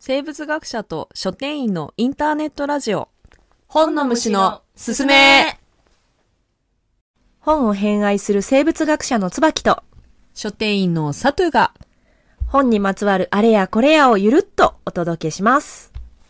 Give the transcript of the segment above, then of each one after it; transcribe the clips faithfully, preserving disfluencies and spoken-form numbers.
生物学者と書店員のインターネットラジオ、本の虫のすすめ。 本を偏愛する生物学者の椿と書店員のサトゥが本にまつわるあれやこれやをゆるっとお届けします。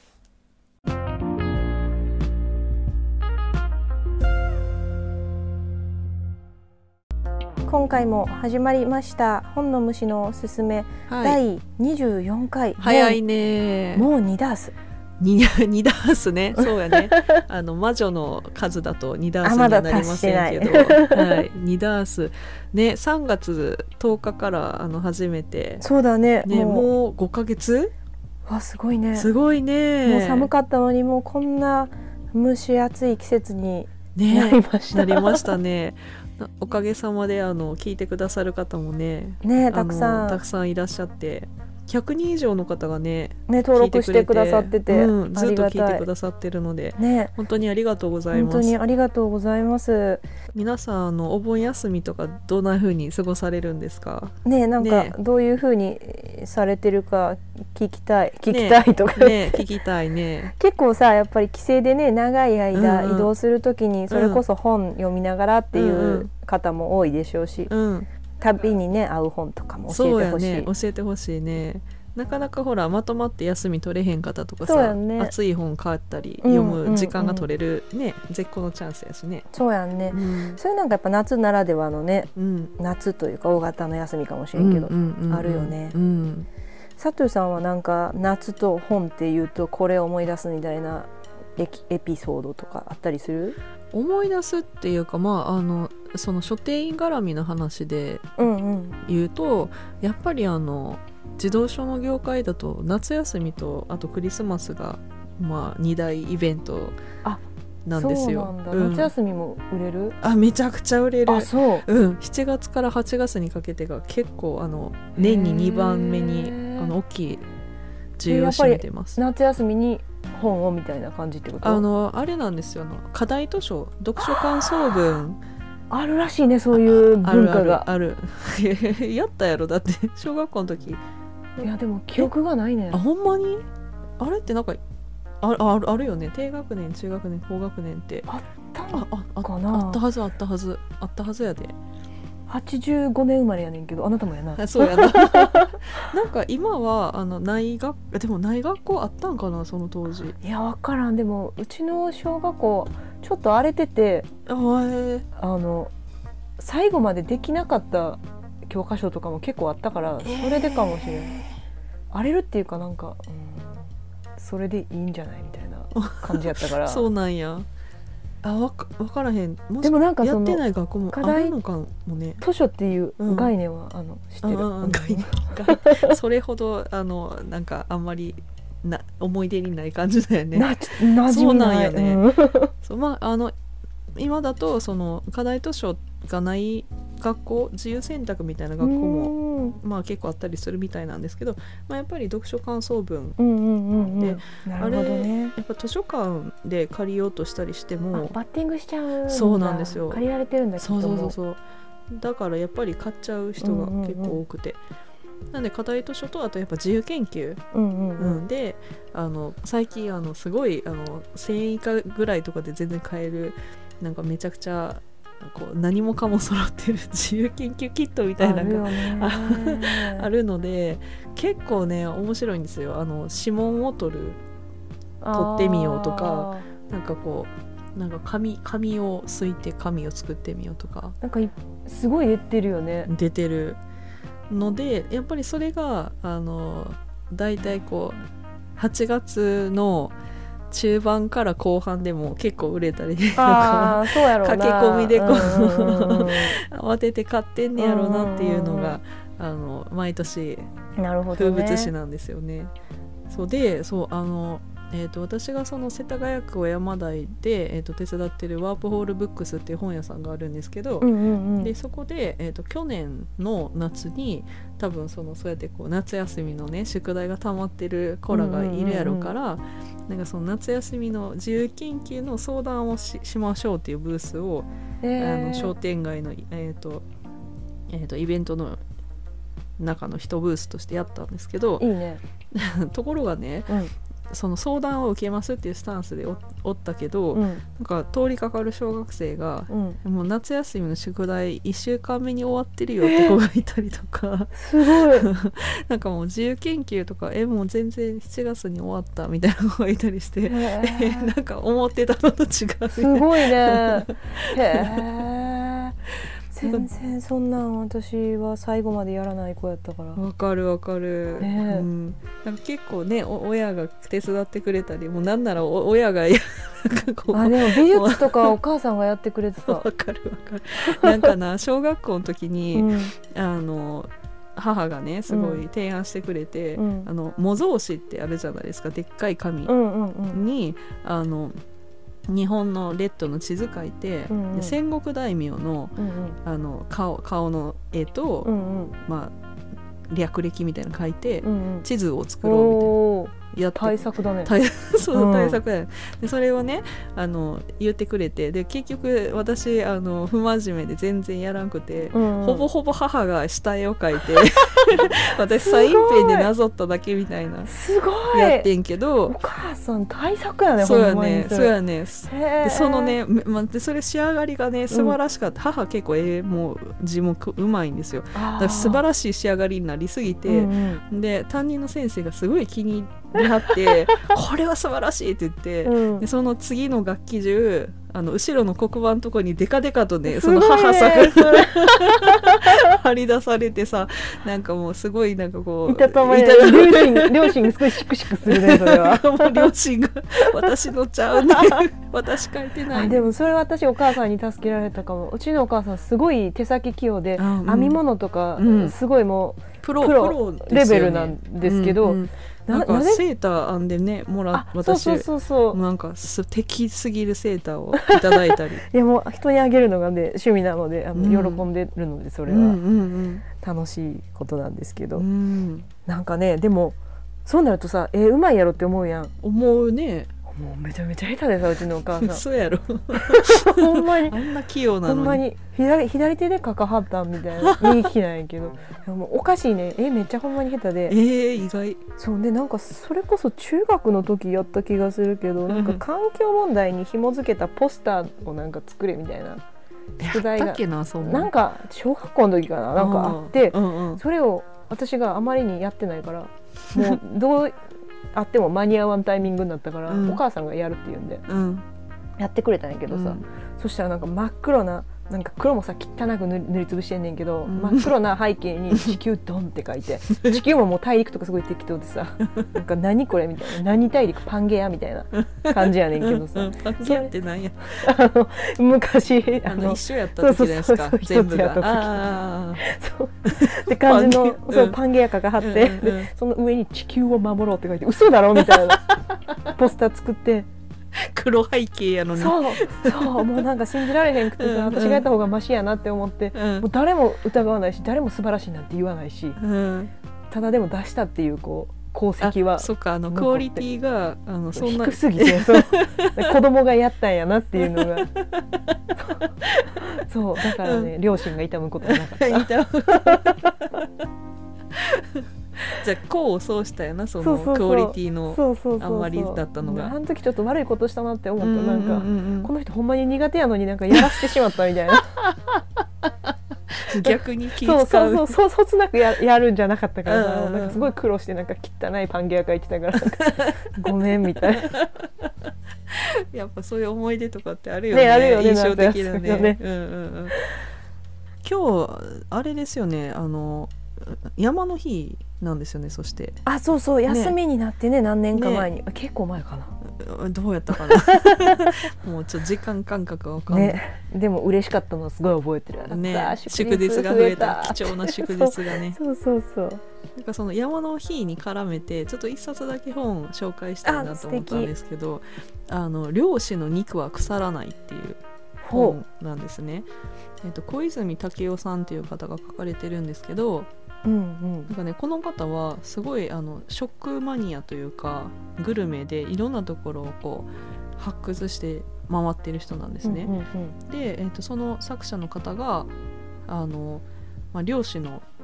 今回も始まりました本の虫のおすすめ、はい、だいにじゅうよんかい。 早いね。 もうにダース 2, にダースね。そうやね。あの魔女の数だとにダースにはなりませんけど、はい、にダースね。さんがつとおかからあの始めて、 そうだ ね, ねもう、もうごかげつ。 わ、すごいね。 すごいね。 もう寒かったのにもうこんな蒸し暑い季節になりました、 ね、なりましたね。おかげさまであの聞いてくださる方もね、 ねたくさんたくさんいらっしゃって、ひゃくにん以上の方が ね, ね登録してくださってて、 うん、ずっと聞いてくださってるので、 ね、 本当にありがとうございます。 本当にありがとうございます。 皆さんあのお盆休みとかどんな風に過ごされるんですかね。なんかどういう風にされてるか聞きたい聞きたいとか、 ねね、聞きたいね。 結構さやっぱり帰省でね長い間移動するときにそれこそ本読みながらっていう方も多いでしょうし、うんうん、旅にね合う本とかも教えてほしい。 そうやね、教えてほしいね。なかなかほらまとまって休み取れへん方とかさ、ね、熱い本買ったり読む時間が取れる、ね、うんうんうん、絶好のチャンスやしね。 そうやんね、うん、それなんかやっぱ夏ならではのね、うん、夏というか大型の休みかもしれんけど、うんうんうんうん、あるよね、うん、佐藤さんはなんか夏と本っていうとこれを思い出すみたいなエ, エピソードとかあったりする？ 思い出すっていうか、まあ、あのその書店員絡みの話で言うと、うんうん、やっぱりあの児童書の業界だと夏休みとあとクリスマスが、まあ、に大イベントなんですよ。 そうなんだ、うん、夏休みも売れる？ あ、めちゃくちゃ売れる。 あ、そう、 うん、しちがつからはちがつにかけてが結構あの年ににばんめにあの大きい需要を占めてます。 夏休みに本をみたいな感じってこと？ あのあれなんですよ、あの課題図書、読書感想文あるらしいね、そういう文化が。 あるあるあるやったやろ、だって小学校の時。 いやでも記憶がないね。 あ、ほんまに？あれってなんか あ, あ, あるよね、低学年中学年高学年ってあったのかな。 あ, あ, あったはずあったはずあったはずやで。 はちじゅうごねん生まれやねんけど、あなたもやな。 そうやななんか今はあの内学でも内学校あったんかな、その当時。 いや分からん。でもうちの小学校ちょっと荒れてて、あの最後までできなかった教科書とかも結構あったから、それでかもしれない、えー、荒れるっていうかなんか、うん、それでいいんじゃないみたいな感じやったからそうなんや。あ、わか、分からへん。もしでもなんかそのやってない学校もあるのかもね。 図書っていう概念は、うん、あの知ってる、うんうん、 概念それほどあのなんかあんまりな思い出にない感じだよね。 ななじみない。そうなんよね、うん、 そう、まあ、あの今だとその課題図書がない学校、自由選択みたいな学校も、まあ、結構あったりするみたいなんですけど、まあ、やっぱり読書感想文で、うんうんうんうん、あれ、ね、やっぱ図書館で借りようとしたりしてもバッティングしちゃうんだ。 そうなんですよ、 借りられてるんだけど。 そうそうそう、だからやっぱり買っちゃう人が結構多くて、うんうんうん、なんで課題図書とあとやっぱ自由研究、うんうんうんうん、であの最近あのすごいあのせんえん以下ぐらいとかで全然買える、なんかめちゃくちゃこう何もかも揃ってる自由研究キットみたいなのが あ, あるので、結構ね面白いんですよ。あの指紋を取る取ってみようとか、なんかこうなんか 紙, 紙をすいて紙を作ってみようとか、 なんかすごい出てるよね。 出てるので、やっぱりそれがあのだいたいこうはちがつの中盤から後半でも結構売れたりとか、 そうやろうな、 駆け込みでこう、うんうんうん、慌てて買ってんねやろうなっていうのが、うんうんうん、あの毎年風物詩なんですよね。そうで、そうあのえー、と私がその世田谷区小山台で、えー、と手伝ってるワープホールブックスっていう本屋さんがあるんですけど、うんうんうん、でそこで、えー、と去年の夏に多分そのそうやってこう夏休みのね宿題が溜まってる子らがいるやろから、うんうんうんうん、なんかその夏休みの自由研究の相談を し, しましょうっていうブースを、えー、あの商店街の、えーとえー、とイベントの中の一ブースとしてやったんですけど、 いいねところがね、うん、その相談を受けますっていうスタンスで お, おったけど、うん、なんか通りかかる小学生が、うん、もう夏休みの宿題いっしゅうかんめに終わってるよって子がいたりとか、 すごいなんかもう自由研究とかえもう全然しちがつに終わったみたいな子がいたりして、えなんか思ってたのと違う、 すごいねへえ全然そんなん私は最後までやらない子やったから。 わかるわかる、ねうん、なんか結構ね親が手伝ってくれたりもうなんなら親がやあでも美術とかお母さんがやってくれてた。 わかるわかるなんかな小学校の時に、うん、あの母がねすごい提案してくれて、うん、あの模造紙ってあるじゃないですかでっかい紙に、うんうんうん、あの日本の列島の地図描いて、うんうん、で戦国大名の、うんうん、あの 顔, 顔の絵と、うんうんまあ、略歴みたいなの描いて、うんうん、地図を作ろうみたいなやって対策だねそう対策だね、うん、でそれをねあの言ってくれてで結局私あの不真面目で全然やらんくて、うんうん、ほぼほぼ母が下絵を描いて私サインペンでなぞっただけみたいなすごいやってんけどお母さん対策やねそうやねそうやねでそのね、ま、でそれ仕上がりがね素晴らしかった、うん、母結構絵も字もうまいんですよだから素晴らしい仕上がりになりすぎて、うんうん、で担任の先生がすごい気に入ってこれは素晴らしいって言って、うん、でその次の学期中あの後ろの黒板のとこにデカデカとねその母作張り出されてさなんかもうすごいなんかこういたたまれ両親両親がすごいシクシクするねそれはもう両親が私のちゃうね私書いてない、ね、 でもそれ私お母さんに助けられたかも。うちのお母さんすごい手先器用で、うん、編み物とか、うん、すごいもうプロ、プロレベルなんですけど、うんうんなんかセーター編んでねもらっ私そうそうそうなんかす敵すぎるセーターをいただいたりいやもう人にあげるのがね趣味なのであの、うん、喜んでるのでそれは楽しいことなんですけど、うん、なんかねでもそうなるとさえー、うまいやろって思うやん。 思うね。 もうめちゃめちゃ下手でさうちのお母さんそうやろほんまにあんな器用なのにほんまに 左, 左手でかかはったみたいな右利きなんやけどもうおかしいねえめっちゃほんまに下手でえー、意外そうでなんかそれこそ中学の時やった気がするけどなんか環境問題に紐付けたポスターをなんか作れみたいな宿題がな, なんか小学校の時かななんかあって、うんうん、それを私があまりにやってないからもうどうあっても間に合わんタイミングになったから、うん、お母さんがやるって言うんで、うん、やってくれたんやけどさ、うん、そしたらなんか真っ黒ななんか黒もさ汚く塗り、塗りつぶしてんねんけど、うん、真っ黒な背景に地球ドンって書いて地球ももう大陸とかすごい適当でさなんか何これみたいな何大陸パンゲアみたいな感じやねんけどさパンゲアって何やあの昔あの一緒やった時じゃないですか全部があそうって感じのパン,、そうパンゲアかが貼って、うんうんうん、でその上に地球を守ろうって書いて嘘だろみたいなポスター作って黒背景やのにそうそうもうなんか信じられへんくてさ、うんうん、私がやった方がマシやなって思って、うん、もう誰も疑わないし誰も素晴らしいなんて言わないし、うん、ただでも出したっていうこう功績はそっかあのクオリティがあのそんな低すぎてそう子供がやったんやなっていうのがそうだからね、うん、両親が痛むことがなかったじゃあ功を奏したよなそのクオリティのあんまりだったのがあの時ちょっと悪いことしたなって思った、うんうんうんうん、なんかこの人ほんまに苦手やのになんかやらせてしまったみたいな逆に気使うそうそうそうそつなく や, やるんじゃなかったからさ、うんうん、なんかすごい苦労してなんか汚いパンゲア書いてたからごめんみたいなやっぱそういう思い出とかってあるよね、 ねあるよね印象的だ ね, ね、 うんうんうん、今日あれですよねあの山の日なんですよね。そしてあそうそう休みになってね、ね何年か前に、ね、結構前かなどうやったかなもうちょっと時間感覚が分かんない、ね、 でも嬉しかったのはすごい覚えてる、 ね、祝日が増えた貴重な祝日がねそうそうそうなんかその山の日に絡めてちょっと一冊だけ本紹介したいなと思ったんですけど あ, あの漁師の肉は腐らないっていう本なんですね、えー、と小泉武夫さんという方が書かれてるんですけどうんうん、なんかね、この方はすごいあの食マニアというかグルメでいろんなところをこう発掘して回ってる人なんですね、うんうんうん、で、えーと、その作者の方があの、まあ、漁師の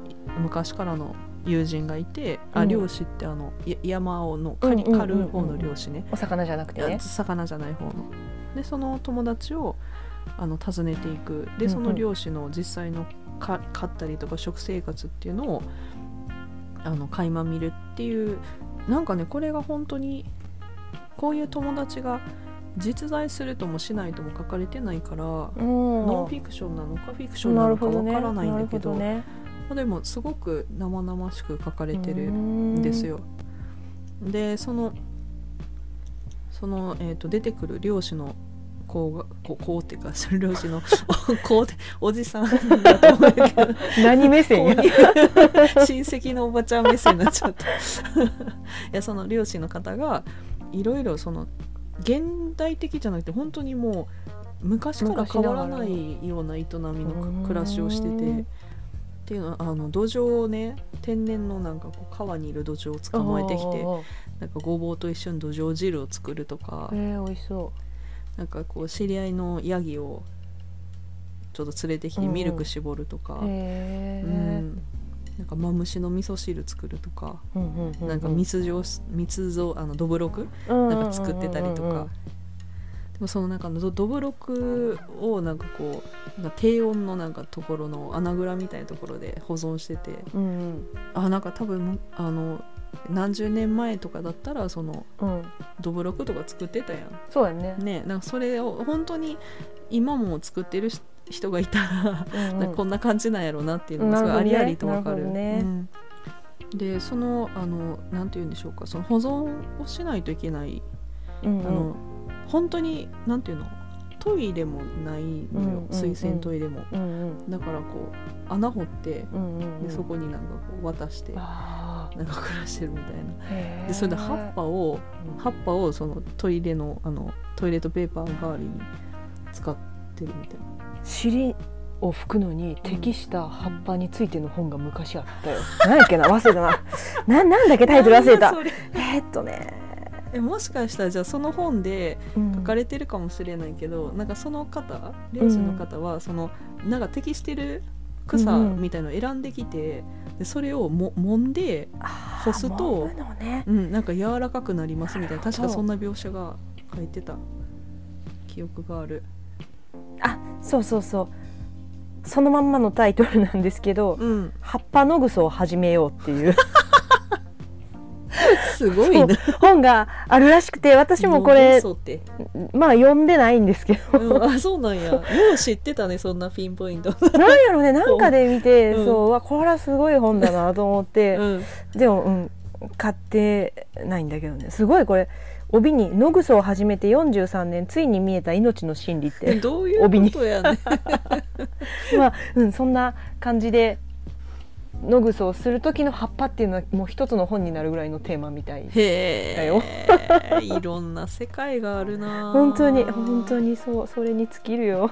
昔からの友人がいて、うん、あ漁師ってあの山をの狩り、狩る方の漁師ね、 お魚じゃなくてね、 魚じゃない方ので、その友達をあの訪ねていく。でその漁師の実際のか狩ったりとか食生活っていうのをあの垣間見るっていう、なんかねこれが本当にこういう友達が実在するともしないとも書かれてないから、ノンフィクションなのかフィクションなのかわからないんだけど、ねね、でもすごく生々しく書かれてるんですよ。でそのその、えーと、出てくる漁師の子がこうこうっていうか漁師のこうっておじさんだと思うけど何目線や親戚のおばちゃん目線になっちゃったいやその漁師の方がいろいろその現代的じゃなくて本当にもう昔から変わらないような営みの暮らしをしてて、っていうのはあの土壌をね、天然のなんかこう川にいる土壌を捕まえてきて、なんかごぼうと一緒に土壌汁を作るとか、 えー、美味しそう。 なんかこう知り合いのヤギをちょっと連れてきてミルク絞るとか、うんへーうん、なんかマムシの味噌汁作るとか、 うんうんうんうん、 なんか蜜蔵蜜蔵あのどぶろくなんか作ってたりとか、うんうんうんうん、でもそのなんかどどぶろくをなんかこうなんか低温のなんかところの穴蔵みたいなところで保存してて、 うんうん、 あなんか多分あの何十年前とかだったらその、うん、どぶろくとか作ってたやん。 そうやね。 ね、なんかそれを本当に今も作ってる人がいたら、うんうん、なんかこんな感じなんやろうなっていうのがすごいありありと分かる。 ねうん、 でそのあのなんて言うんでしょうか、その保存をしないといけない、うんうん、あの本当になんていうのトイレもないのよ、うんうんうん、水洗トイレも、うんうん、だからこう穴掘って、うんうんうん、でそこになんかこう渡してなんか暮らしてるみたいな。でそれで葉っぱを、うん、葉っぱをそのトイレのあのトイレットペーパー代わりに使ってるみたいな。 尻を拭くのに適した葉っぱについての本が昔あったよ。何やっけな、忘れたな。な、なんだっけタイトル忘れた。えー、っとね。 えもしかしたらじゃあその本で書かれてるかもしれないけど、うん、なんかその方漁師の方はそのなんか適してる草みたいのを選んできて、うん、でそれをも揉んで干すと、ねうん、なんか柔らかくなりますみたいな、確かそんな描写が書いてた記憶がある。 あ、そうそうそう、そのまんまのタイトルなんですけど、うん、葉っぱのぐそを始めようっていうすごいな本があるらしくて、私もこれまあ読んでないんですけど、 うん、あそうなんや。よう知ってたね、そんなピンポイントなんやろね、なんかで見て、うん、そうわこれはすごい本だなと思って、うん、でも、うん、買ってないんだけどね。すごいこれ帯に野ぐそを始めてよんじゅうさんねん、ついに見えた命の真理ってどういうことやねまあ、うん、そんな感じで野ぐそをする時の葉っぱっていうのはもう一つの本になるぐらいのテーマみたいだよ。 へーいろんな世界があるな。 本当に本当にそう、それに尽きるよ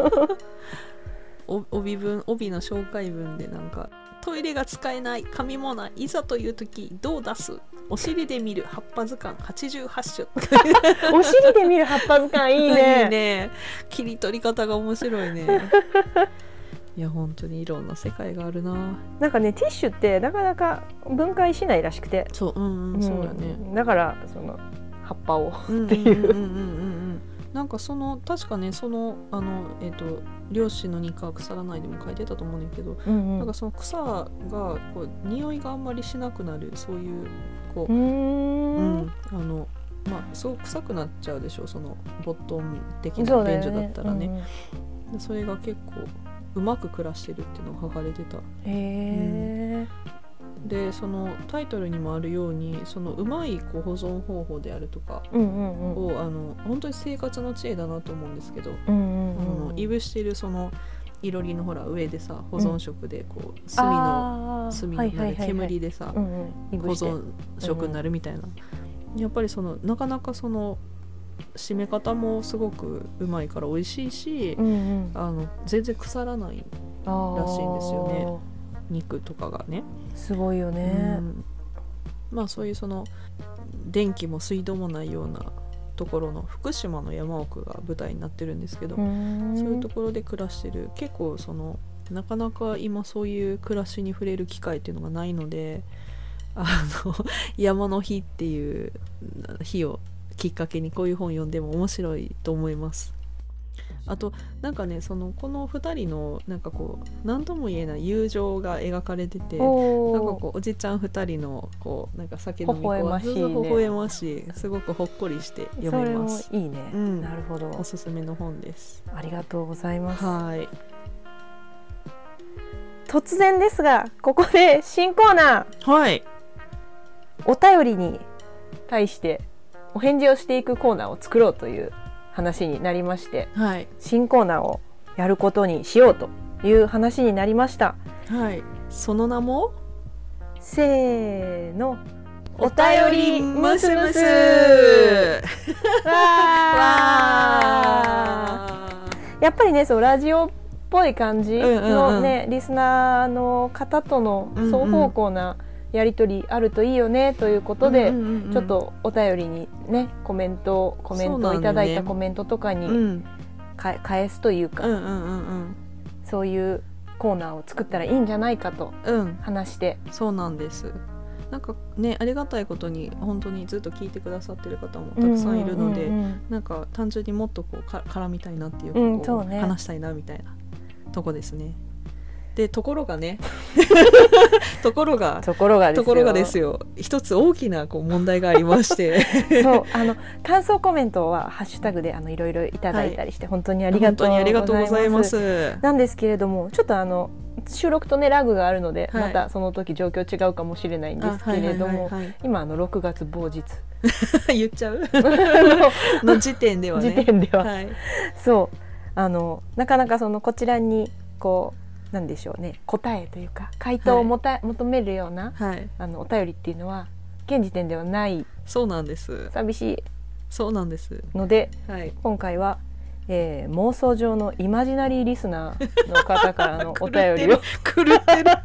帯文帯の紹介文でなんかトイレが使えない、紙もない、いざという時どう出す、お尻で見る葉っぱ図鑑はちじゅうはち種お尻で見る葉っぱ図鑑いいねいいね、切り取り方が面白いねいや本当にいろんな世界があるな。 なんかねティッシュってなかなか分解しないらしくて、 そう、うん、うん、そうだね。 だからその葉っぱをっていうなんかその確かねそのあのえっ、ー、と漁師の肉は腐らないでも書いてたと思うんだけど、うんうん、なんかその草がこう匂いがあんまりしなくなる、そういうこう、うーん、うん、あのまあすごく臭くなっちゃうでしょ、そのボットン的な便所だったらね。そ, ね、うん、でそれが結構うまく暮らしてるっていうのが書かれてた。 へー、 うん、でそのタイトルにもあるようにそのうまいこう保存方法であるとかを、うんうんうん、あの本当に生活の知恵だなと思うんですけど、うんうんうん、いぶしてるそのいろりのほら上でさ保存食でこう炭の炭の、ね、煙でさ、うんうん、保存食になるみたいな、うん、やっぱりそのなかなかその締め方もすごくうまいから美味しいし、うんうん、あの全然腐らないらしいんですよね、肉とかがね。 すごいよね、うん、 まあそういうその電気も水道もないようなところの福島の山奥が舞台になってるんですけど、そういうところで暮らしてる結構そのなかなか今そういう暮らしに触れる機会っていうのがないので、あの山の日っていう日をきっかけにこういう本読んでも面白いと思います。あとなんかね、そのこのふたりのなんかこう何とも言えない友情が描かれてて、なんかこうおじちゃんふたりのこうなんか酒飲み、微笑ましいね、 微笑ましい、すごくほっこりして読めます。 それもいいね、うん、なるほど、 おすすめの本です。 ありがとうございます。 はい、 突然ですがここで新コーナー、はい、 お便りに対してお返事をしていくコーナーを作ろうという話になりまして、 はい、 新コーナーをやることにしようという話になりました。 はい、その名もせーの、お便りムスムスわーやっぱりね、そうラジオっぽい感じのね、うんうんうん、リスナーの方との双方向なやり取りあるといいよねということで、うんうんうん、ちょっとお便りにねコメントコメントいただいたコメントとかに、うん、返すというか、うんうんうんうん、そういうコーナーを作ったらいいんじゃないかと話して、 うん、そうなんです。なんかね、ありがたいことに本当にずっと聞いてくださってる方もたくさんいるので、うんうんうんうん、なんか単純にもっとこうか絡みたいなっていうか、 うんこうそうね、 話したいなみたいなとこですね。でところがねところがところがですよ、 ところがですよ一つ大きなこう問題がありましてそうあの感想コメントはハッシュタグであのいろいろいただいたりして、はい、本当にありがとうございます。なんですけれども、ちょっとあの収録とねラグがあるので、はい、またその時状況違うかもしれないんですけれども、今あのろくがつ某日言っちゃうの時点ではね時点では、 はい、 そうあのなかなかそのこちらにこうなんでしょうね、答えというか回答をもた、はい、求めるような、はい、あのお便りっていうのは現時点ではない。 そうなんです。 寂しい。 そうなんですので、 はい、 今回は、えー、妄想上のイマジナリーリスナーの方からのお便りを狂ってる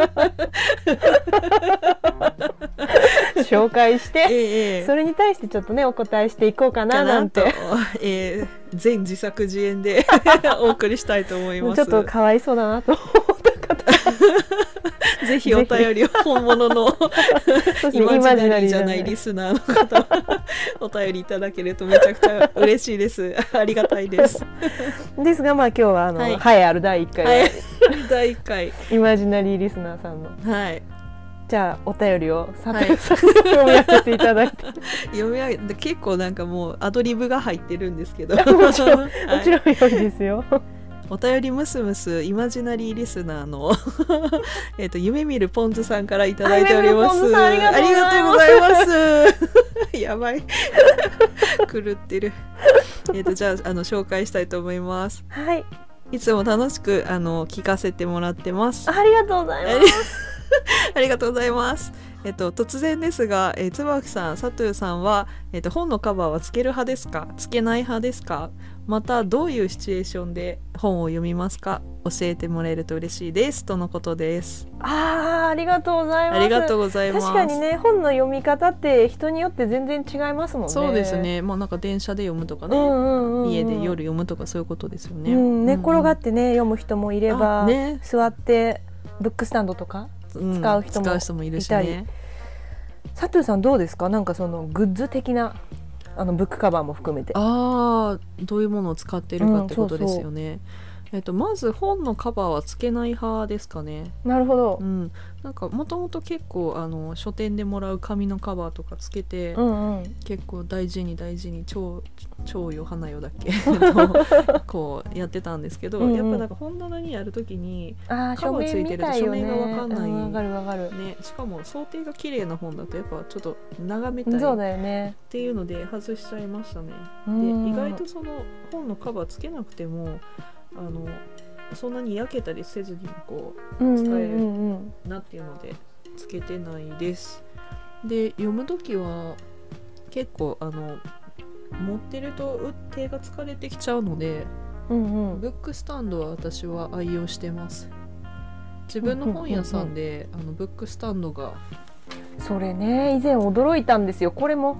紹介して、 ええ、 それに対してちょっとねお答えしていこうかななんて、 えー、全自作自演でお送りしたいと思います。 ちょっとかわいそうだなと思った方ぜひお便りを本物のイマジナリーじゃないリスナーの方お便りいただけるとめちゃくちゃ嬉しいです。ありがたいですですが、まあ今日はあの、はい、はいあるだいいっかい、 はい、だいいっかいイマジナリーリスナーさんの、 はい、 じゃあお便りを佐藤さんに読み上げていただいて読み上げて結構なんかもうアドリブが入ってるんですけどもちろん、はい、もちろん良いですよ。 お便りムスムスイマジナリーリスナーのえと夢見るポンズさんからいただいております。 ありがとうございますやばい狂ってるえとじゃあ、あの紹介したいと思います。 はい、 いつも楽しくあの聞かせてもらってます。 ありがとうございますありがとうございます。えっと、突然ですが、えー、椿さん、佐藤さんは、えっと、本のカバーはつける派ですか、つけない派ですか、またどういうシチュエーションで本を読みますか、教えてもらえると嬉しいですとのことです。 あー、ありがとうございます。 ありがとうございます。 確かにね、本の読み方って人によって全然違いますもんね。 そうですね、まあ、なんか電車で読むとかね、うんうんうんうん、家で夜読むとかそういうことですよね、うん、 寝っ転がってね読む人もいれば、ね、座ってブックスタンドとか使う人もいたり、うん、使う人もいるしね。佐藤さんどうですか、なんかそのグッズ的なあのブックカバーも含めて、 ああ、どういうものを使っているかってことですよね、うん、そうそう、えっと、まず本のカバーはつけない派ですかね。 なるほど、 うん、なんかもともと結構あの書店でもらう紙のカバーとかつけて、うんうん、結構大事に大事に超超よ花よだっけこうやってたんですけど、うんうん、やっぱなんか本棚にある時にカバーついてると書面が分かんない、 わかるわかる、 ね、しかも想定が綺麗な本だとやっぱちょっと眺めたいそうだよねっていうので外しちゃいましたね。で、意外とその本のカバーつけなくてもあのそんなに焼けたりせずにこう使えるなっていうのでつけてないです。で、読むときは結構あの持ってると手が疲れてきちゃうので、うんうん、ブックスタンドは私は愛用してます。自分の本屋さんで、うんうんうんうん、あのブックスタンドがそれね、以前驚いたんですよ。これも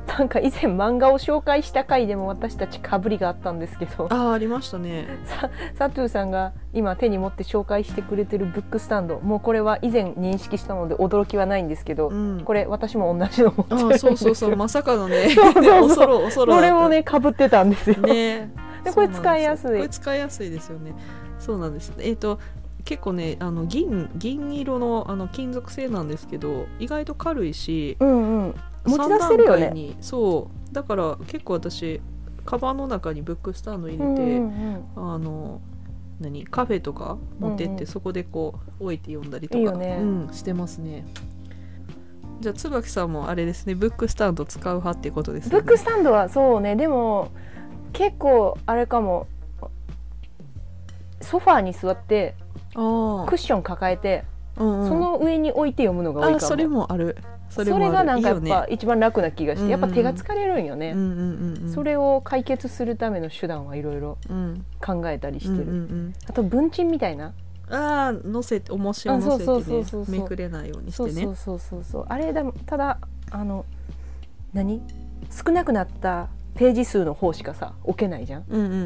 なんか以前漫画を紹介した回でも私たちかぶりがあったんですけど、 ああ、ありましたね。 さサトゥーさんが今手に持って紹介してくれてるブックスタンド、もうこれは以前認識したので驚きはないんですけど、うん、これ私も同じの持ってるんですよ。 あ、そうそうそう、まさかのねそうそうそうおそろおそろこれをねかぶってたんですよ、 ね、 でこれ使いやすい、 これ使いやすいですよね。そうなんです。えっと結構ね、あの 銀, 銀色 の, あの金属製なんですけど、意外と軽いし、うんうん、持ち出せるよね。にそうだから結構私カバンの中にブックスタンド入れて、うんうんうん、あの何カフェとか持ってって、うんうん、そこでこう置いて読んだりとかいいよね、うん、してますね。じゃあ椿さんもあれですね、ブックスタンド使う派ってことですね。 ブックスタンドはそうね、でも結構あれかも、ソファーに座ってクッション抱えて、うんうん、その上に置いて読むのが多いかも。あ、 それもある。 それもある。それがなんかやっぱ一番楽な気がして、いいよね、やっぱ手が疲れるんよね、うんうんうんうん、それを解決するための手段はいろいろ考えたりしてる、うんうんうん、あと文鎮みたいな、 ああ、載せて重しを載せてね、めくれないようにしてね。 そうそうそうそう、あれだ、ただあの何少なくなったページ数の方しかさ置けないじゃん、うんうんうん、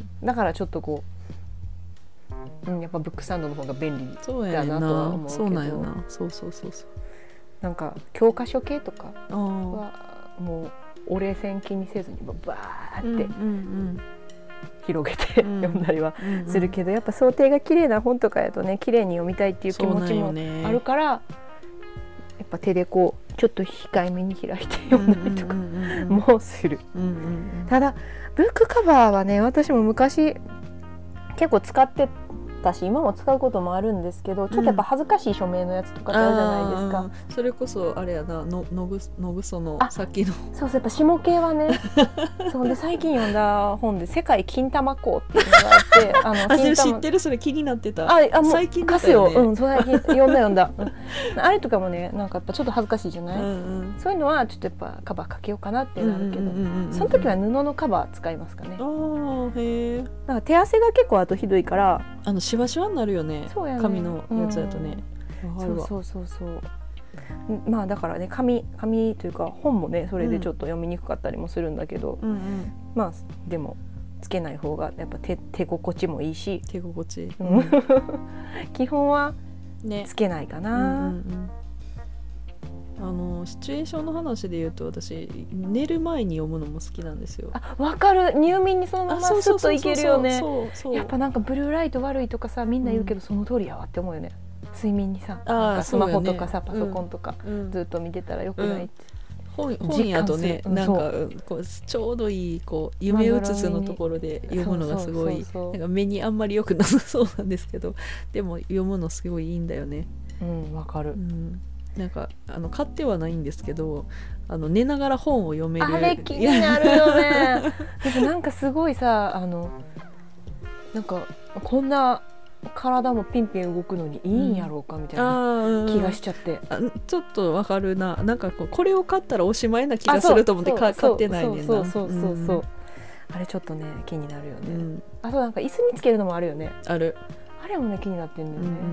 だからちょっとこう、うん、やっぱブックスタンドの方が便利だなとは思うけど、そうなんやな、そうそうそうそう、なんか教科書系とかはもう折れ線気にせずにバーって広げて読んだりはするけど、やっぱ想定が綺麗な本とかやとね、綺麗に読みたいっていう気持ちもあるから、やっぱ手でこうちょっと控えめに開いて読んだりとかもする。ただブックカバーはね、私も昔結構使ってたし、今も使うこともあるんですけど、ちょっとやっぱ恥ずかしい署名のやつとかってあるじゃないですか、 うん、それこそあれやな、ののぐのぐそのさっきのそうそう、やっぱ下系はねそうで、最近読んだ本で世界金玉校っていうのがあってあのあ、それ知ってる、それ気になってた。 ああ、もう最近だよね、うん、最近読んだ読んだ、うん、あれとかもね、なんかやっぱちょっと恥ずかしいじゃない、うんうん、そういうのはちょっとやっぱカバーかけようかなってなるけど、その時は布のカバー使いますかね。あー、へー、なんか手汗が結構あとひどいから、 あのシワシワになるよね、そうやね、紙のやつだとね、 うん、そうそうそうそう、まあだからね、紙紙というか本もね、それでちょっと読みにくかったりもするんだけど、うんうんうん、まあでもつけない方がやっぱ 手, 手心地もいいし、 手心地、うん、 基本はつけないかな、ね、うんうんうん、 あのシチュエーションの話で言うと、私寝る前に読むのも好きなんですよ。 あ、わかる、入眠にそのままスッといけるよね。やっぱなんかブルーライト悪いとかさ、みんな言うけど、その通りやわって思うよね、うん、睡眠にさ、なんかスマホとかさ、ね、パソコンとか、うん、ずっと見てたらよくないって、うん、本, 本やとね、なんかこうちょうどいいこう夢うつつのところで読むのがすごいなんか目にあんまり良くなさそうなんですけど、でも読むのすごいいいんだよね。 うん、わかる、うん、 なんかあの買ってはないんですけど、あの寝ながら本を読める、 あれ気になるよねでもなんかすごいさ、あのなんかこんな体もピンピン動くのにいいんやろうかみたいな気がしちゃって、 うん、あ、ちょっとわかるな、なんかこうこれを買ったらおしまいな気がすると思って買ってないねんな。そうそうそうそうそう、 あれちょっとね気になるよね、うん、あとなんか椅子につけるのもあるよね。 ある、 あれもね気になってんのよね、うんうんうん、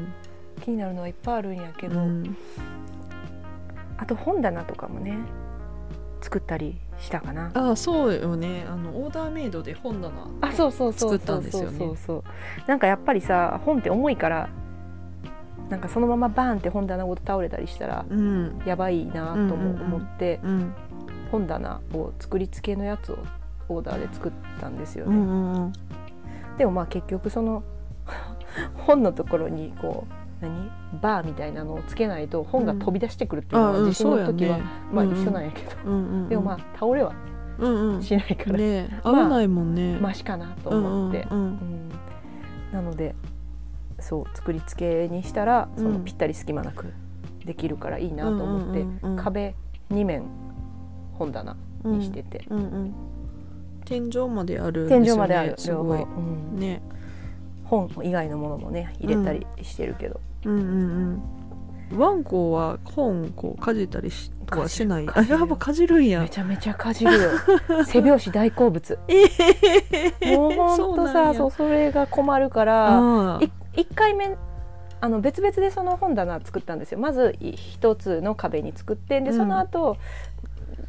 気になるのはいっぱいあるんやけど、うん、あと本棚とかもね作ったりしたかな。 ああ、そうよね、あのオーダーメイドで本棚作ったんですよね。 なんかやっぱりさ、本って重いから、なんかそのままバーンって本棚ごと倒れたりしたら、うん、やばいなとも思って、うんうんうん、本棚を作り付けのやつをオーダーで作ったんですよね、うんうんうん、でもまあ結局その本のところにこう何バーみたいなのをつけないと本が飛び出してくるっていうのは、地震の時は、うん、まあ一緒なんやけど、うんうんうん、でもまあ倒れはしないから、うんうんね、危ないもんね、 まあ、マシかなと思って、うんうんうん、なのでそう作り付けにしたらそのぴったり隙間なくできるからいいなと思って、うんうんうんうん、壁に面本棚にしてて、うんうんうん、 天井まであるんですよね。 天井まである、すごい、 うん、ね、 本以外のものもね入れたりしてるけど、 うんうんうんうん、ワンコは本こうかじったりしとはしない？あ、やっぱかじるんや。めちゃめちゃかじるよ背拍子大好物えー、もうほんとさ、そう、それが困るからいっかいめあの別々でその本棚作ったんですよ。まず一つの壁に作って、でその後、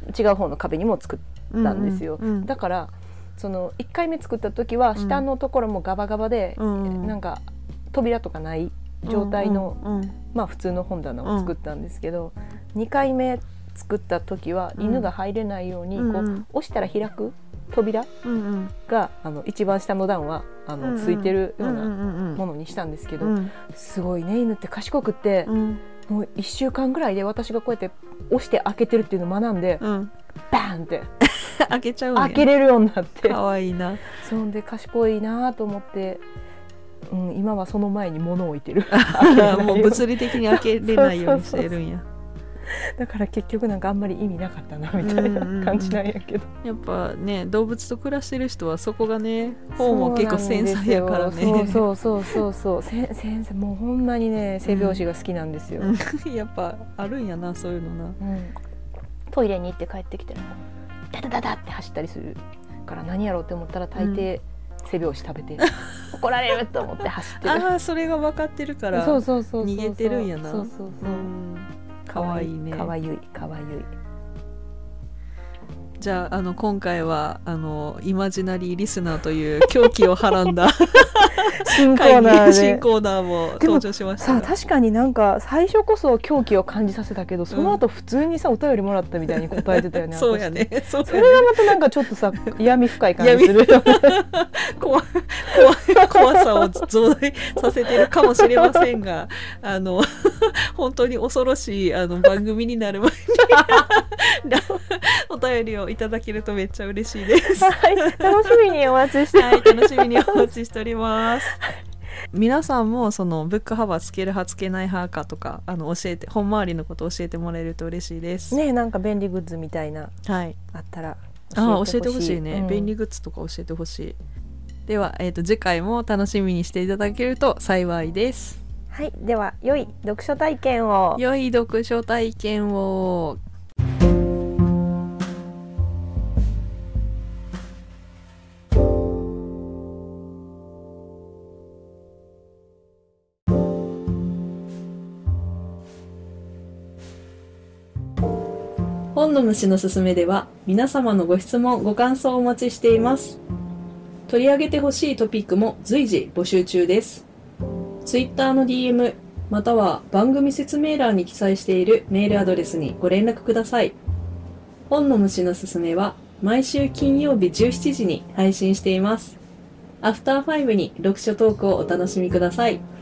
違う方の壁にも作ったんですよ、うんうんうん、だからそのいっかいめ作った時は下のところもガバガバで、うん、なんか扉とかない状態の、うんうん、まあ普通の本棚を作ったんですけど、うん、にかいめ作った時は犬が入れないように、うん、こう押したら開く扉が、うんうん、あの一番下の段はあの、うんうん、ついてるようなものにしたんですけど、うん、すごいね犬って賢くって、うん、もういっしゅうかんぐらいで私がこうやって押して開けてるっていうのを学んで、うん、バーンって開けちゃうね。 開けれるようになって、 かわいいな。 そんで賢いなと思って、うん、今はその前に物を置いてるもう物理的に開けれないようにしてるんや。 だから結局なんかあんまり意味なかったなみたいな感じなんやけど、 やっぱね動物と暮らしてる人はそこがね本も結構繊細やからね。 そうそうそうそうそう繊細、もうほんまにね背拍子が好きなんですよ、 うん、やっぱあるんやなそういうのな、うん、 トイレに行って帰ってきたらダダダダって走ったりするから何やろうって思ったら大抵、うん背拍子食べて怒られると思って走ってる。 ああそれが分かってるから逃げてるんやな。 そうそうそう、うん、 かわいいね。 かわゆいかわゆい。 じゃあ、あの今回はあのイマジナリーリスナーという狂気をはらんだ新コーナーで新コーナーも登場しました。 さあ確かになんか最初こそ狂気を感じさせたけど、その後普通にさお便りもらったみたいに答えてたよね。 そうやね。 そ, それがまたなんかちょっとさ闇深い感じするよね。 怖, 怖, 怖さを増大させてるかもしれませんが、あの本当に恐ろしいあの番組になる前にお便りをいただけるとめっちゃ嬉しいです。 はい、楽しみにお待ちしてはい、楽しみにお待ちしております。皆さんもそのブック幅つける派つけない派かとかあの教えて本回りのこと教えてもらえると嬉しいですね。なんか便利グッズみたいな、 はい、 あったら教えてほしいね、うん、便利グッズとか教えてほしい。では、えーと、次回も楽しみにしていただけると幸いです。 はい、では良い読書体験を良い読書体験を。本の虫のすすめでは皆様のご質問ご感想をお待ちしています。取り上げてほしいトピックも随時募集中です。ツイッターの ディーエム または番組説明欄に記載しているメールアドレスにご連絡ください。本の虫のすすめは毎週金曜日じゅうしちじに配信しています。アフターファイブに読書トークをお楽しみください。